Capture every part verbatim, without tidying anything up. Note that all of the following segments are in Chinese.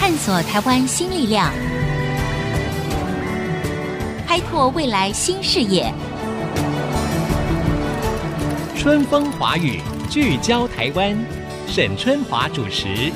探索台湾新力量，开拓未来新视野。 春风华语，聚焦台湾，沈春华主持。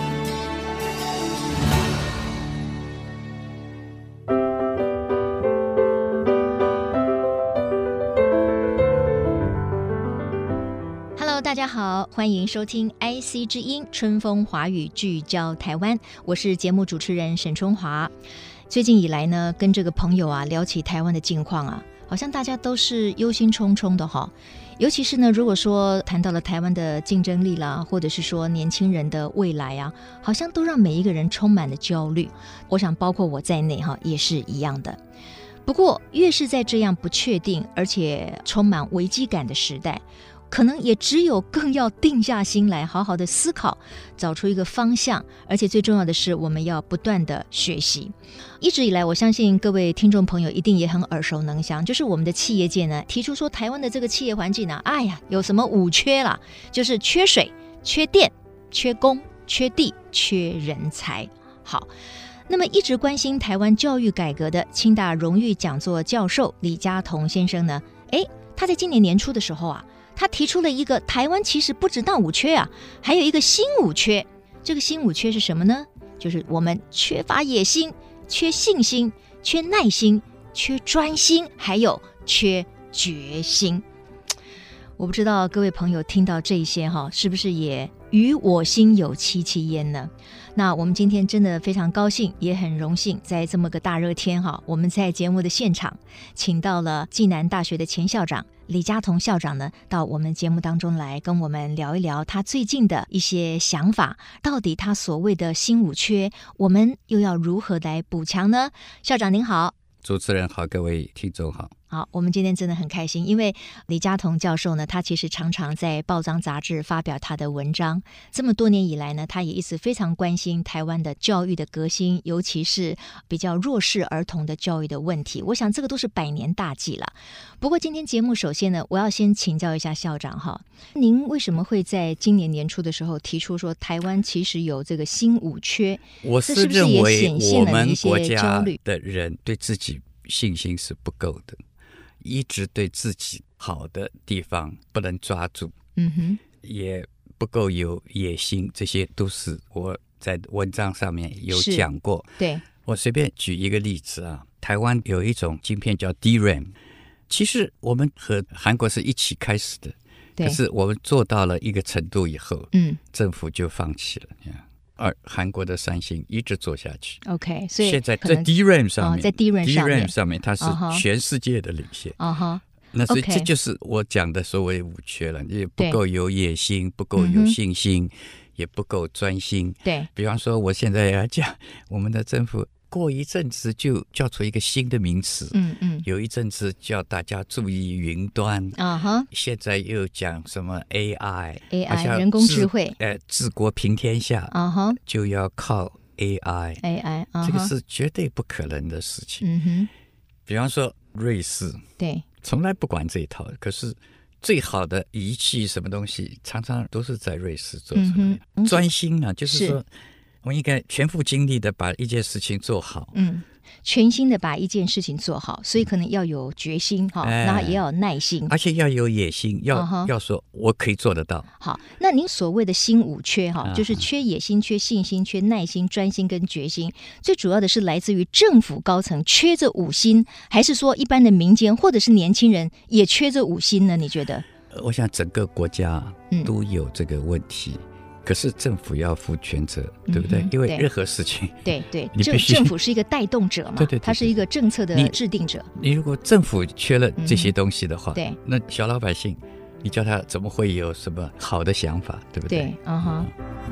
大家好，欢迎收听 I C 之音春风华语，聚焦台湾，我是节目主持人沈春华。最近以来呢，跟这个朋友啊聊起台湾的近况啊，好像大家都是忧心忡忡的哈。尤其是呢，如果说谈到了台湾的竞争力啦，或者是说年轻人的未来啊，好像都让每一个人充满了焦虑。我想包括我在内哈，也是一样的。不过越是在这样不确定而且充满危机感的时代，可能也只有更要定下心来好好的思考，找出一个方向，而且最重要的是我们要不断的学习。一直以来我相信各位听众朋友一定也很耳熟能详，就是我们的企业界呢提出说台湾的这个企业环境呢，哎呀有什么五缺啦，就是缺水、缺电、缺工、缺地、缺人才。好，那么一直关心台湾教育改革的清大荣誉讲座教授李家同先生呢，诶他在今年年初的时候啊，他提出了一个台湾其实不止那五缺啊，还有一个新五缺。这个新五缺是什么呢？就是我们缺乏野心、缺信心、缺耐心、缺专心，还有缺决心。我不知道各位朋友听到这些哈，是不是也与我心有戚戚焉呢？那我们今天真的非常高兴，也很荣幸，在这么个大热天哈，我们在节目的现场请到了暨南大学的前校长李家同校长呢，到我们节目当中来跟我们聊一聊他最近的一些想法，到底他所谓的新五缺，我们又要如何来补强呢？校长您好。 主持人好，各位听众好。 好，我们今天真的很开心，因为李家同教授呢，他其实常常在报章杂志发表他的文章，这么多年以来呢，他也一直非常关心台湾的教育的革新，尤其是比较弱势儿童的教育的问题，我想这个都是百年大计了。不过今天节目首先呢，我要先请教一下校长哈，您为什么会在今年年初的时候提出说台湾其实有这个新五缺？ 我是认为我们国家的人对自己信心是不够的，一直对自己好的地方不能抓住，嗯哼，也不够有野心，这些都是我在文章上面有讲过。 对， 我随便举一个例子啊，台湾有一种晶片叫 D RAM， 其实我们和韩国是一起开始的，可是我们做到了一个程度以后，嗯，政府就放弃了。而韩国的三星一直做下去 ，OK， 所以现在在 D RAM 上面， 哦、在 D RAM 上面， D RAM 上面它是全世界的领先。uh huh. 那所以这就是我讲的所谓五缺了，也不够有野心，不够有信心，嗯、也不够专心。 对， 比方说，我现在要讲我们的政府。过一阵子就叫出一个新的名词，嗯嗯，有一阵子叫大家注意云端，啊哈，现在又讲什么 A I，A I 人工智慧， 呃，治国平天下，啊哈，就要靠 A I，A I， 这个是绝对不可能的事情。嗯哼，比方说瑞士，对，从来不管这一套，可是最好的仪器什么东西，常常都是在瑞士做出来的。嗯、专心啊，就是说。是我们应该全副精力的把一件事情做好，嗯， 全心的把一件事情做好，所以可能要有决心哈，哎、然后也要有耐心， 而且要有野心，要、uh-huh. 要说我可以做得到。 好，那您所谓的新五缺哈，就是缺野心、缺信心、缺耐心、专心跟决心，最主要的是来自于政府高层缺这五心，还是说一般的民间或者是年轻人也缺这五心呢？你觉得？ 我想整个国家都有这个问题。嗯，可是政府要负全责，对不对？嗯、因为任何事情， 对对，你必须政府是一个带动者嘛，对 对, 对, 对，它是一个政策的制定者。 你, 你如果政府缺了这些东西的话，嗯、对，那小老百姓，你叫他怎么会有什么好的想法，对不对？对，嗯哼。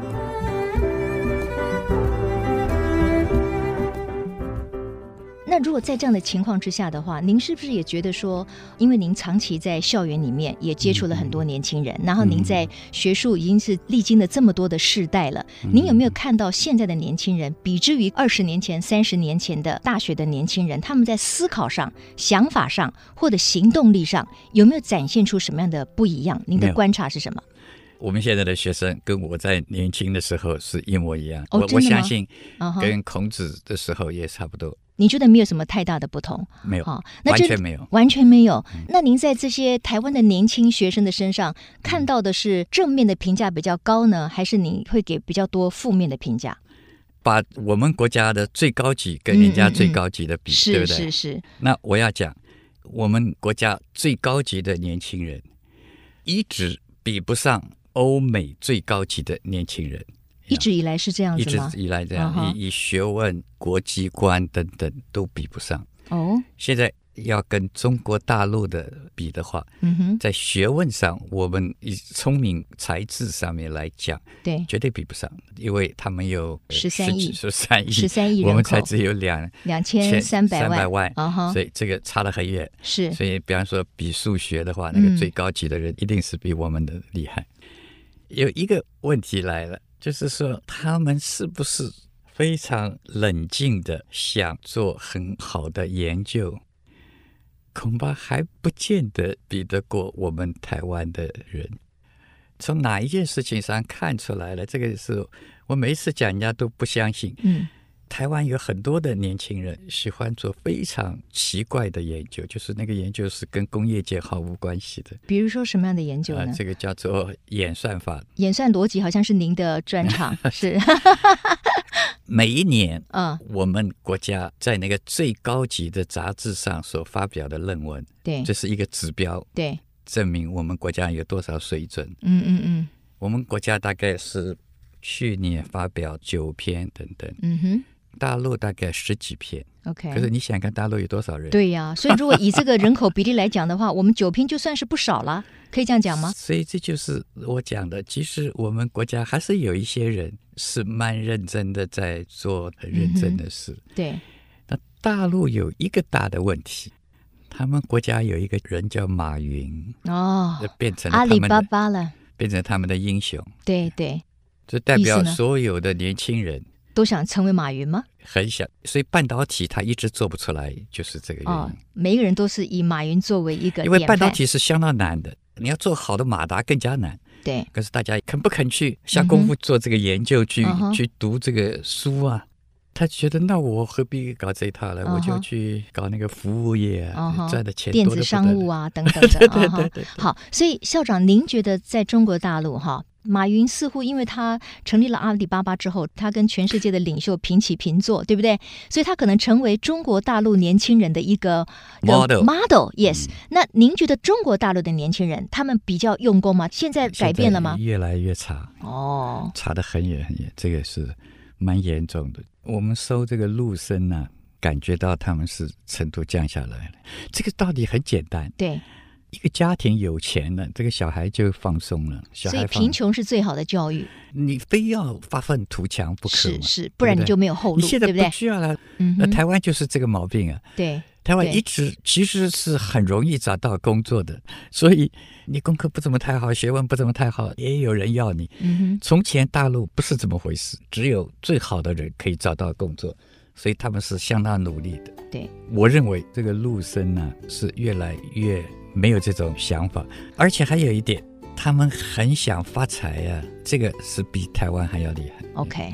那如果在这样的情况之下的话，您是不是也觉得说，因为您长期在校园里面也接触了很多年轻人，嗯、然后您在学术已经是历经了这么多的世代了，嗯、您有没有看到现在的年轻人，比之于二十年前、三十年前的大学的年轻人，他们在思考上、想法上或者行动力上，有没有展现出什么样的不一样？您的观察是什么？ 我们现在的学生跟我在年轻的时候是一模一样。 哦、 我我相信 ，uh-huh. 跟孔子的时候也差不多。 你觉得没有什么太大的不同？ 没有， 好， 那完全没有， 完全没有。嗯、那您在这些台湾的年轻学生的身上看到的是正面的评价比较高呢，还是你会给比较多负面的评价？ 把我们国家的最高级跟人家最高级的比，嗯嗯嗯对不对？ 是是是。 那我要讲，我们国家最高级的年轻人，一直比不上欧美最高级的年轻人。 一直以来是这样子吗？ 一直以来这样， uh-huh. 以以学问、国际观等等都比不上。 哦、oh. ，现在要跟中国大陆的比的话， 嗯哼， 在学问上，我们以聪明才智上面来讲， 对， 绝对比不上，因为他们有十三亿、 十三亿、 十三亿人口， 我们才只有两两千三百万， 万， 啊哈， 所以这个差得很远。 是， 所以比方说比数学的话，那个最高级的人一定是比我们的厉害。嗯、有一个问题来了。就是说，他们是不是非常冷静的想做很好的研究？恐怕还不见得比得过我们台湾的人。从哪一件事情上看出来了？这个是我每一次讲，人家都不相信。 嗯。 台湾有很多的年轻人喜欢做非常奇怪的研究，就是那个研究是跟工业界毫无关系的。 比如说什么样的研究呢？ 呃、这个叫做演算法。 演算逻辑好像是您的专长。是。 每一年， 嗯， 我们国家在那个最高级的杂志上所发表的论文， 对， 这是一个指标， 对， 证明我们国家有多少水准。 嗯嗯嗯。 我们国家大概是去年发表九篇等等。 嗯哼。 大陆大概十几篇 ，OK。 可是你想看大陆有多少人？ 对呀、啊，所以如果以这个人口比例来讲的话，我们九篇就算是不少了，可以这样讲吗？ 所以这就是我讲的，其实我们国家还是有一些人是蛮认真的，在做很认真的事。 嗯、对。 那大陆有一个大的问题，他们国家有一个人叫马云， 哦， 变成了阿里巴巴了， 变成他们的英雄。 对对， 这代表所有的年轻人都想成为马云吗？ 很想，所以半导体它一直做不出来，就是这个原因。哦， 每一个人都是以马云作为一个典范， 因为半导体是相当难的，你要做好的马达更加难。 对， 可是大家肯不肯去下功夫做这个研究，嗯、去、 嗯、 去读这个书啊？他觉得那我何必搞这一套呢？嗯、我就去搞那个服务业啊，嗯、赚的钱多得不得了， 电子商务啊等等的。 对对对 对, 对。 好，所以校长，您觉得在中国大陆哈？马云似乎因为他成立了阿里巴巴之后，他跟全世界的领袖平起平坐，对不对？所以他可能成为中国大陆年轻人的一个 model model yes、嗯、那您觉得中国大陆的年轻人他们比较用功吗？现在改变了吗？ 越来越差哦， 差得很远很远，这个是蛮严重的。我们收这个陆生啊，感觉到他们是程度降下来了。这个道理很简单， 对。 一个家庭有钱了，这个小孩就放松了。小孩所以贫穷是最好的教育。 你非要发愤图强不可嘛？ 是是，不然你就没有后路。 你现在不需要了。 嗯， 那台湾就是这个毛病啊。 对， 台湾一直其实是很容易找到工作的，所以你功课不怎么太好，学问不怎么太好，也有人要你。 嗯哼， 从前大陆不是这么回事，只有最好的人可以找到工作。所以他们是相当努力的。 对， 我认为这个陆生呢是越来越没有这种想法，而且还有一点，他们很想发财呀、啊，这个是比台湾还要厉害。 OK，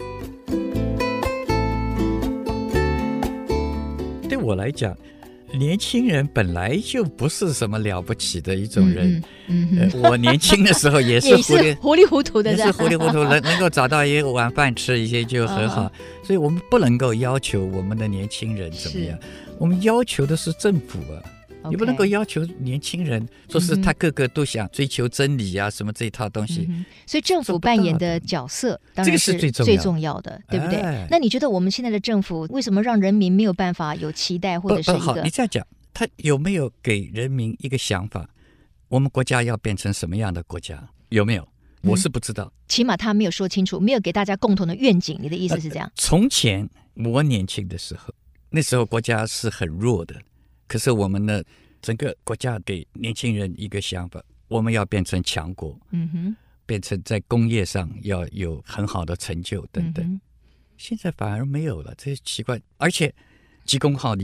对我来讲，年轻人本来就不是什么了不起的一种人。 嗯嗯呃、我年轻的时候也是糊里也是糊里糊涂的， 也是糊里糊涂，能能够找到一个晚饭吃一些就很好。Uh-huh. 所以我们不能够要求我们的年轻人怎么样，我们要求的是政府啊。Okay. 你不能够要求年轻人说是他个个都想追求真理啊、嗯、什么这一套东西、 嗯、所以政府扮演的角色当然是最重要的，对不对、哎、那你觉得我们现在的政府为什么让人民没有办法有期待，或者是一个不不好，你这样讲，他有没有给人民一个想法，我们国家要变成什么样的国家，有没有？我是不知道、嗯、 起码他没有说清楚，没有给大家共同的愿景，你的意思是这样、呃、 从前我年轻的时候，那时候国家是很弱的，可是我们的整个国家给年轻人一个想法，我们要变成强国， 嗯哼， 变成在工业上要有很好的成就等等、嗯、现在反而没有了，这是奇怪。而且急功好利，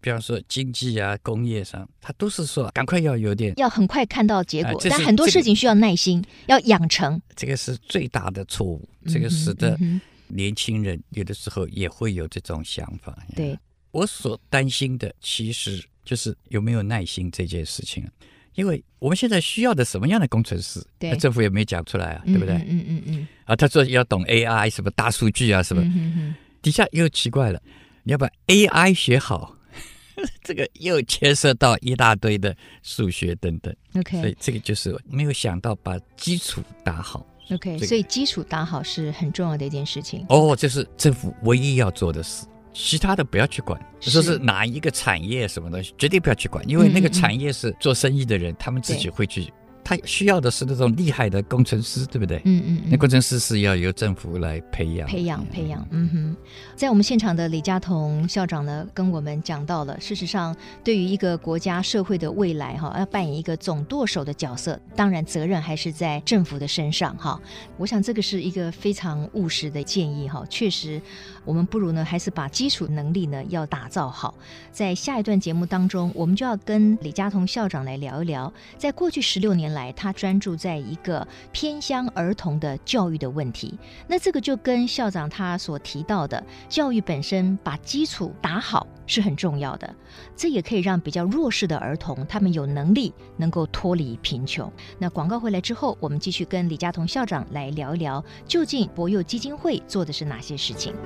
比方说经济啊、工业上，他都是说赶快要有点， 要很快看到结果， 呃、 但很多事情需要耐心，要养成。 这个是最大的错误，这个使得年轻人有的时候也会有这种想法。 对， 我所担心的其实就是有没有耐心这件事情。因为我们现在需要的什么样的工程师，那政府也没讲出来啊，对不对？ 嗯嗯嗯啊，他说要懂 A I 什么大数据啊什么，嗯哼哼，底下又奇怪了，你要把 A I 学好，这个又牵涉到一大堆的数学等等。 OK， 所以这个就是没有想到把基础打好。 OK， 所以基础打好是很重要的一件事情。 哦，这是政府唯一要做的事。其他的不要去管，说是哪一个产业什么东西，绝对不要去管，因为那个产业是做生意的人，嗯嗯，他们自己会去，他需要的是那种厉害的工程师，对不对？嗯嗯, 嗯，那工程师是要由政府来培养， 培养，培养。嗯哼，在我们现场的李家同校长呢，跟我们讲到了，事实上，对于一个国家社会的未来哈，要扮演一个总舵手的角色，当然责任还是在政府的身上哈。我想这个是一个非常务实的建议哈，确实，我们不如呢，还是把基础能力呢要打造好。在下一段节目当中，我们就要跟李家同校长来聊一聊，在过去十六年来，他专注在一个偏乡儿童的教育的问题。那这个就跟校长他所提到的，教育本身把基础打好是很重要的，这也可以让比较弱势的儿童他们有能力能够脱离贫穷。那广告回来之后，我们继续跟李家同校长来聊一聊，究竟博幼基金会做的是哪些事情。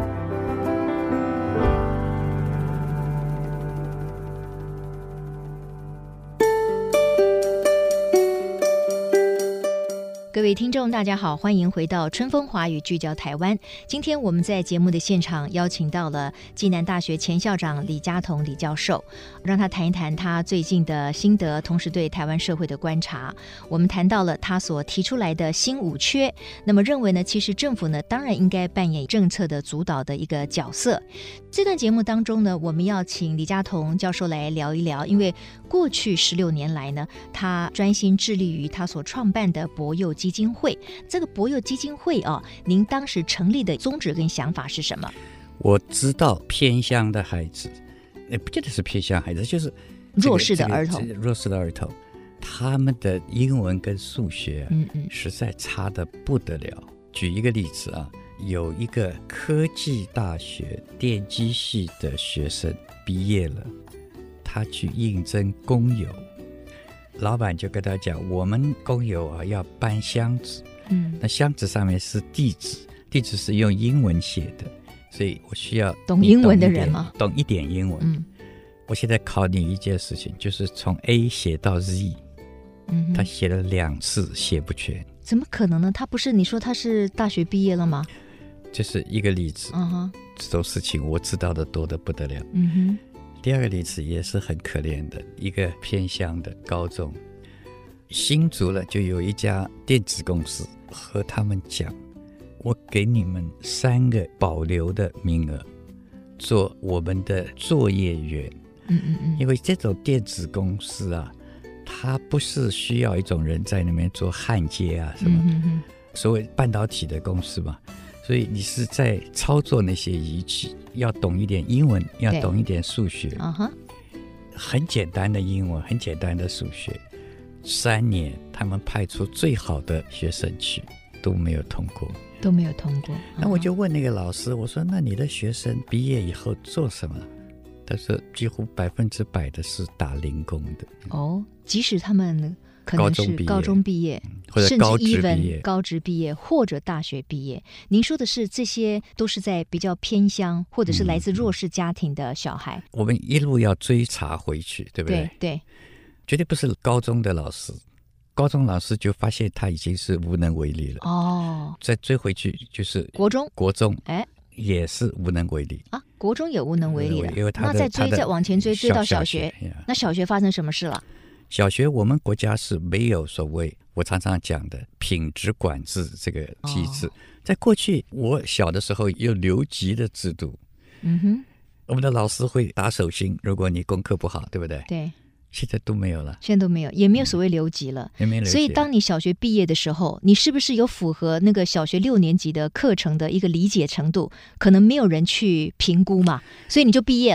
各位听众大家好，欢迎回到春风华语聚焦台湾。今天我们在节目的现场邀请到了暨南大学前校长李家同李教授，让他谈一谈他最近的心得，同时对台湾社会的观察。我们谈到了他所提出来的新五缺，那么认为呢，其实政府呢当然应该扮演政策的主导的一个角色。这段节目当中呢，我们要请李家同教授来聊一聊，因为过去十六年来呢，他专心致力于他所创办的博幼基金会。这个博幼基金会啊，您当时成立的宗旨跟想法是什么？ 我知道偏乡的孩子，也不见得是偏乡孩子，就是、这个、 弱势的儿童、 这个、弱势的儿童，他们的英文跟数学、啊、嗯嗯实在差得不得了。举一个例子啊，有一个科技大学电机系的学生毕业了，他去应征工友，老板就跟他讲，我们工友啊要搬箱子，嗯，那箱子上面是地址，地址是用英文写的，所以我需要懂英文的人吗？ 懂一点英文。嗯，我现在考你一件事情，就是从 A 写到 Z， 嗯，他写了两次写不全。 怎么可能呢？他不是你说他是大学毕业了吗？ 这是一个例子。嗯哼，这种事情我知道的多得不得了。嗯哼。第二个例子也是很可怜的，一个偏乡的高中，新竹了就有一家电子公司和他们讲，我给你们三个保留的名额做我们的作业员。嗯嗯嗯，因为这种电子公司啊，它不是需要一种人在那边做焊接啊什么，嗯嗯所谓半导体的公司嘛，所以你是在操作那些仪器，要懂一点英文，要懂一点数学。uh-huh. 很简单的英文，很简单的数学，三年他们派出最好的学生去，都没有通过， 都没有通过。 那我就问那个老师，我说那你的学生毕业以后做什么？他说几乎百分之百的是打零工的。 哦，即使他们可能是高中毕业， 或者高职毕业， 高职毕业或者大学毕业。您说的是这些都是在比较偏乡或者是来自弱势家庭的小孩。 嗯、我们一路要追查回去，对不对？ 对对， 绝对不是高中的老师，高中老师就发现他已经是无能为力了。哦，再追回去就是国中， 国中哎也是无能为力啊，国中也无能为力了。 因为他那再追再往前追，追到小学，那小学发生什么事了？ 小学我们国家是没有所谓我常常讲的品质管制这个机制。哦、在过去我小的时候有留级的制度，嗯哼，我们的老师会打手心，如果你功课不好，对不对？ 对， 现在都没有了， 现在都没有，也没有所谓留级了， 也没留级。 所以当你小学毕业的时候，你是不是有符合那个小学六年级的课程的一个理解程度？可能没有人去评估嘛，所以你就毕业了。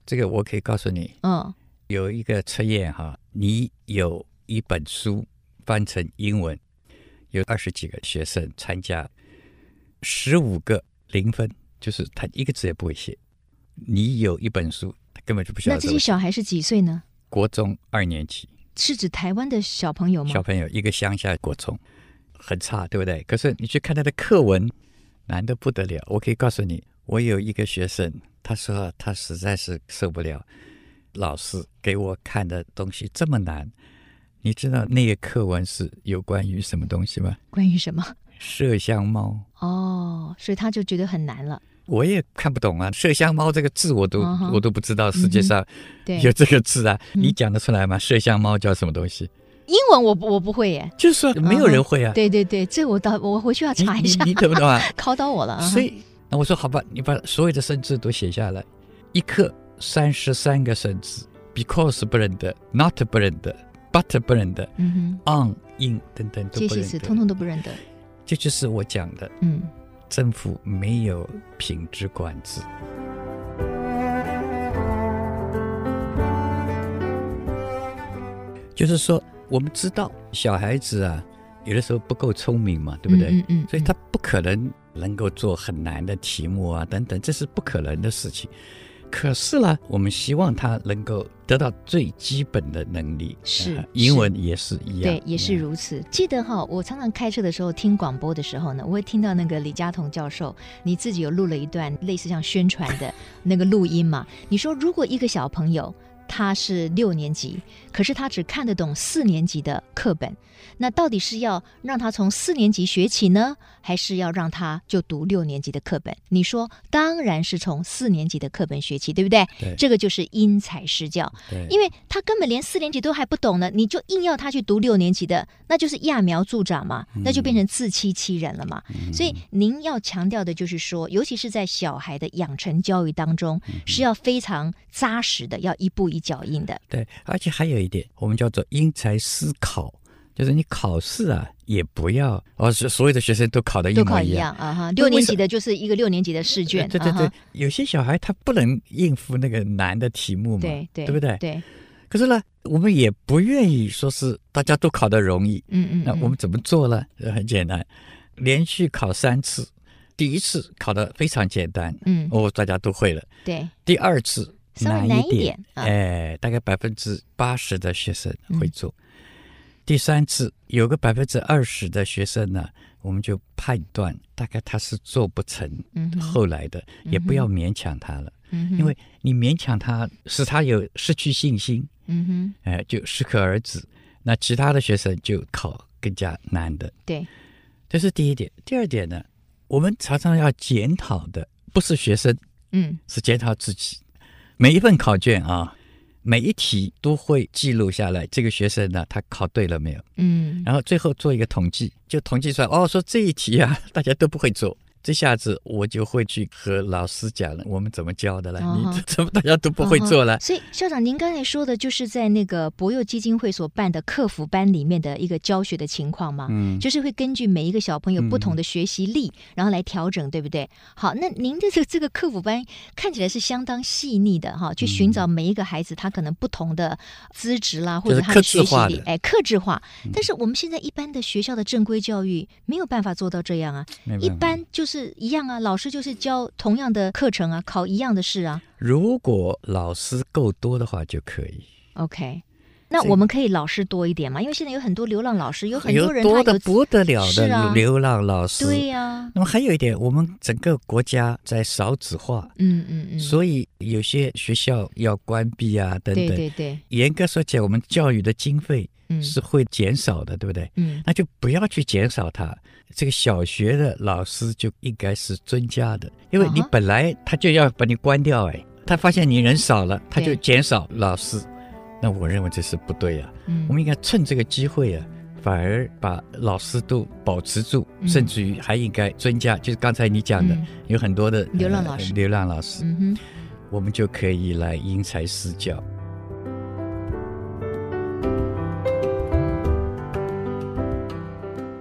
这个我可以告诉你，嗯，有一个测验哈，你有一本书翻成英文，有二十几个学生参加，十五个零分，就是他一个字也不会写。你有一本书，他根本就不晓得。 那这些小孩是几岁呢？ 国中二年级。 是指台湾的小朋友吗？ 小朋友，一个乡下国中，很差，对不对？可是你去看他的课文，难得不得了。我可以告诉你，我有一个学生，他说他实在是受不了老师给我看的东西这么难。你知道那个课文是有关于什么东西吗？ 关于什么？ 麝香猫。 哦，所以他就觉得很难了。 我也看不懂啊，麝香猫这个字我都、uh-huh. 我都不知道世界上有这个字啊、嗯、你讲得出来吗？麝香猫叫什么东西？ 英文我我不会耶， 就是说没有人会啊。 uh-huh. 对对对，这我到我回去要查一下。 你, 你懂不懂啊？ 考倒我了。 所以那我说好吧，你把所有的生字都写下来，一课三十三个生字 ，because 不认得 ，not 不认得 ，but 不认得，嗯哼 ，on in 等等都不认得， 介系词通通都不认得。 这就是我讲的，嗯。政府没有品质管制，就是说我们知道小孩子啊有的时候不够聪明嘛，对不对？嗯嗯嗯，所以他不可能能够做很难的题目啊等等，这是不可能的事情。可是呢，我们希望他能够得到最基本的能力， 是、呃、 英文也是一样， 对，也是如此。记得哈，我常常开车的时候听广播的时候呢，我会听到那个李家同教授，你自己有录了一段类似像宣传的那个录音嘛？你说如果一个小朋友他是六年级，可是他只看得懂四年级的课本，那到底是要让他从四年级学起呢，还是要让他就读六年级的课本？你说当然是从四年级的课本学起，对不对？ 对， 这个就是因材施教。因为他根本连四年级都还不懂呢，你就硬要他去读六年级的，那就是揠苗助长嘛，那就变成自欺欺人了嘛。嗯、所以您要强调的就是说，尤其是在小孩的养成教育当中，嗯、是要非常扎实的，要一步一脚印的。 对，而且还有一点，我们叫做因材施考。就是你考试啊，也不要哦，所有的学生都考得一模一样， 都考一样啊哈。六年级的就是一个六年级的试卷， 对对对、啊。有些小孩他不能应付那个难的题目嘛， 对对， 对不对？ 对。 可是呢，我们也不愿意说是大家都考得容易， 嗯 嗯, 嗯。 那我们怎么做呢？很简单，连续考三次，第一次考得非常简单，嗯，哦，大家都会了。 对。 第二次难一点，一点啊、 哎，大概百分之八十的学生会做。嗯，第三次有个百分之二十的学生呢，我们就判断大概他是做不成后来的，嗯、也不要勉强他了，嗯、因为你勉强他使他有失去信心，嗯哼，呃、就适可而止。那其他的学生就考更加难的。 对， 这是第一点。第二点呢，我们常常要检讨的不是学生，嗯，是检讨自己。每一份考卷啊，每一题都会记录下来，这个学生呢，他考对了没有？嗯，然后最后做一个统计，就统计出来，哦，说这一题啊，大家都不会做。这下子我就会去和老师讲了，我们怎么教的了？哦、你怎么大家都不会做了？哦、 所以校长，您刚才说的就是在那个博幼基金会所办的客服班里面的一个教学的情况吗？嗯，就是会根据每一个小朋友不同的学习力，嗯、然后来调整，对不对？好，那您的这个这个客服班看起来是相当细腻的哈，去寻找每一个孩子他可能不同的资质啦，或者他的学习力，哎，客制化。但是我们现在一般的学校的正规教育没有办法做到这样啊，一般就是。是一样啊，老师就是教同样的课程啊，考一样的试啊。 如果老师够多的话就可以。 OK， 那我们可以老师多一点嘛？因为现在有很多流浪老师，有很多人他有多的不得了的流浪老师。 对呀、啊。 那么还有一点，我们整个国家在少子化，嗯嗯嗯，所以有些学校要关闭啊，等等。 对对对。 严格说起来，我们教育的经费是会减少的，对不对？嗯。那就不要去减少它。这个小学的老师就应该是增加的，因为你本来他就要把你关掉，哎，他发现你人少了，他就减少老师，那我认为这是不对啊。嗯，我们应该趁这个机会啊，反而把老师都保持住，嗯、甚至于还应该增加，就是刚才你讲的，嗯、有很多的流浪老师， 呃、流浪老师，嗯哼，我们就可以来因材施教。 谈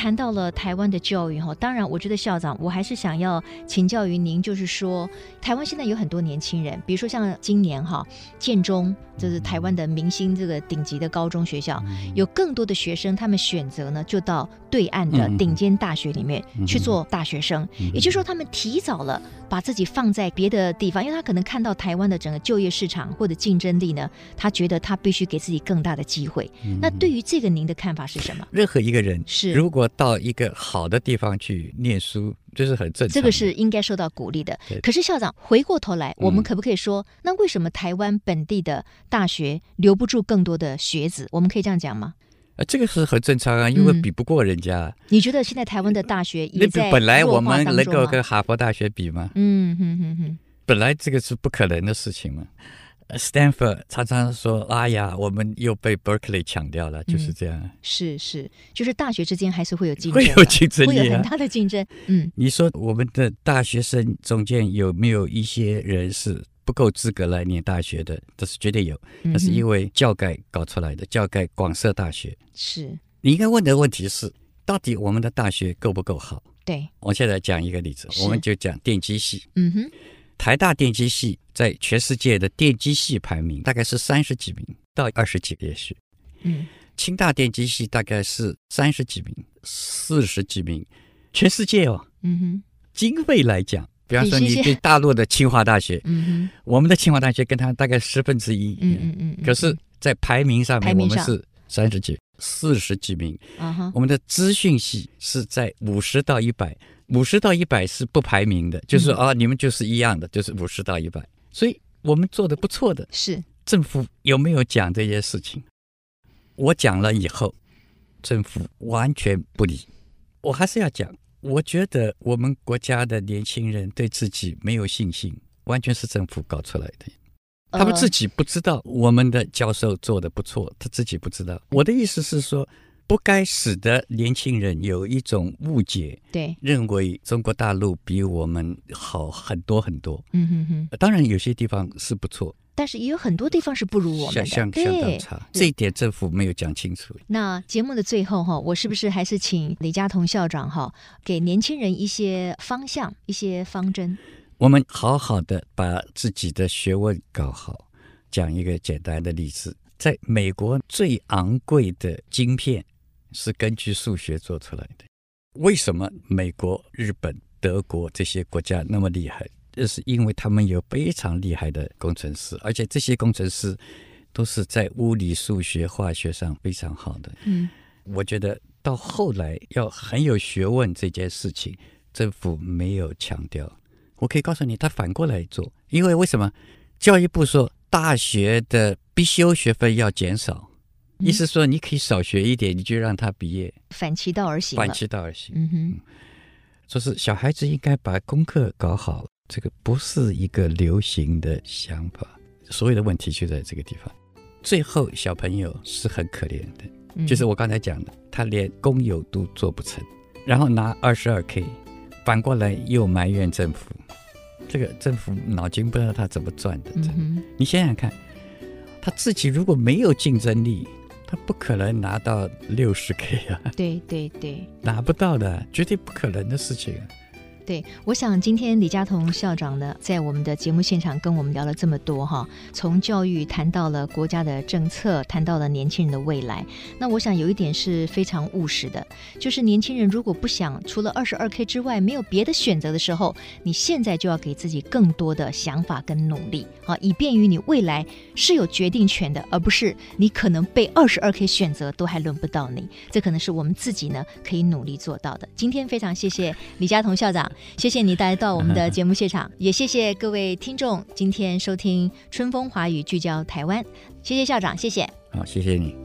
谈到了台湾的教育，当然我觉得校长我还是想要请教于您，就是说台湾现在有很多年轻人，比如说像今年哈建中，就是台湾的明星这个顶级的高中学校，有更多的学生他们选择呢就到对岸的顶尖大学里面去做大学生，也就是说他们提早了把自己放在别的地方，因为他可能看到台湾的整个就业市场或者竞争力呢，他觉得他必须给自己更大的机会。那对于这个您的看法是什么？ 任何一个人是如果到一个好的地方去念书，这是很正常的， 这个是应该受到鼓励的。可是校长回过头来，我们可不可以说、嗯、那为什么台湾本地的大学留不住更多的学子？我们可以这样讲吗？ 啊，这个是很正常啊，因为比不过人家、嗯、 你觉得现在台湾的大学也在本来我们能够跟哈佛大学比吗？ 嗯哼哼哼， 本来这个是不可能的事情嘛。Stanford 常常说哎呀我们又被 Berkeley 抢掉了、嗯、就是这样。 是是，就是大学之间还是会有竞争， 会有竞争力、啊、 会有很大的竞争。嗯， 你说我们的大学生中间有没有一些人是不够资格来念大学的？这是绝对有，那是因为教改搞出来的，教改广设大学。 是， 你应该问的问题是到底我们的大学够不够好？ 对， 我现在讲一个例子，我们就讲电机系。 嗯哼， 台大电机系在全世界的电机系排名大概是三十几名到二十几个也许。 嗯， 清大电机系大概是三十几名四十几名，全世界哦。 嗯哼， 经费来讲，比方说你对大陆的清华大学， 嗯哼， 我们的清华大学跟它大概十分之一。 嗯嗯 嗯, 嗯， 可是在排名上面我们是三十几四十几名、 uh-huh、 我们的资讯系是在五十到一百，五十到一百是不排名的，就是、嗯、啊，你们就是一样的，就是五十到一百，所以我们做的不错的。 是政府有没有讲这些事情？我讲了以后，政府完全不理。我还是要讲，我觉得我们国家的年轻人对自己没有信心，完全是政府搞出来的。他们自己不知道我们的教授做得不错，他自己不知道。我的意思是说，不该使得年轻人有一种误解， 对， 认为中国大陆比我们好很多很多。 嗯哼哼， 当然有些地方是不错， 但是也有很多地方是不如我们的， 相相当差。这一点政府没有讲清楚。 那节目的最后哈，我是不是还是请李家同校长哈，给年轻人一些方向、一些方针？ 我们好好的把自己的学问搞好。讲一个简单的例子，在美国最昂贵的晶片是根据数学做出来的。为什么美国、日本、德国这些国家那么厉害？这是因为他们有非常厉害的工程师，而且这些工程师都是在物理、数学、化学上非常好的。 嗯， 我觉得到后来要很有学问这件事情，政府没有强调。我可以告诉你，他反过来做，因为为什么？教育部说大学的必修学分要减少，嗯、意思说你可以少学一点，你就让他毕业， 反其道而行了。 反其道而行。 嗯哼，嗯说是小孩子应该把功课搞好，这个不是一个流行的想法。所有的问题就在这个地方。最后小朋友是很可怜的，嗯、就是我刚才讲的，他连公有都做不成，然后拿 二十二 K， 反过来又埋怨政府。这个政府脑筋不知道他怎么转的、 嗯、 你想想看，他自己如果没有竞争力，他不可能拿到 六十 K 啊。 对对对， 拿不到的，绝对不可能的事情啊。 对，我想今天李家同校长呢，在我们的节目现场跟我们聊了这么多哈，从教育谈到了国家的政策，谈到了年轻人的未来。那我想有一点是非常务实的，就是年轻人如果不想除了 二十二 K 之外没有别的选择的时候，你现在就要给自己更多的想法跟努力啊，以便于你未来是有决定权的，而不是你可能被 二十二 K 选择都还轮不到你。这可能是我们自己呢可以努力做到的。今天非常谢谢李家同校长，谢谢你来到我们的节目现场，也谢谢各位听众今天收听春风华语聚焦台湾。谢谢校长，谢谢。 好，谢谢你。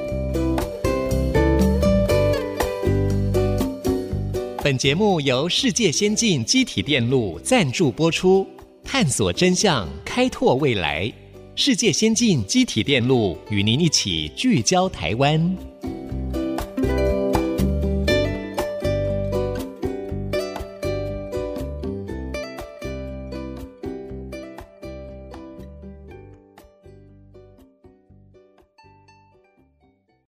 本节目由世界先进机体电路赞助播出，探索真相，开拓未来。世界先进机体电路与您一起聚焦台湾。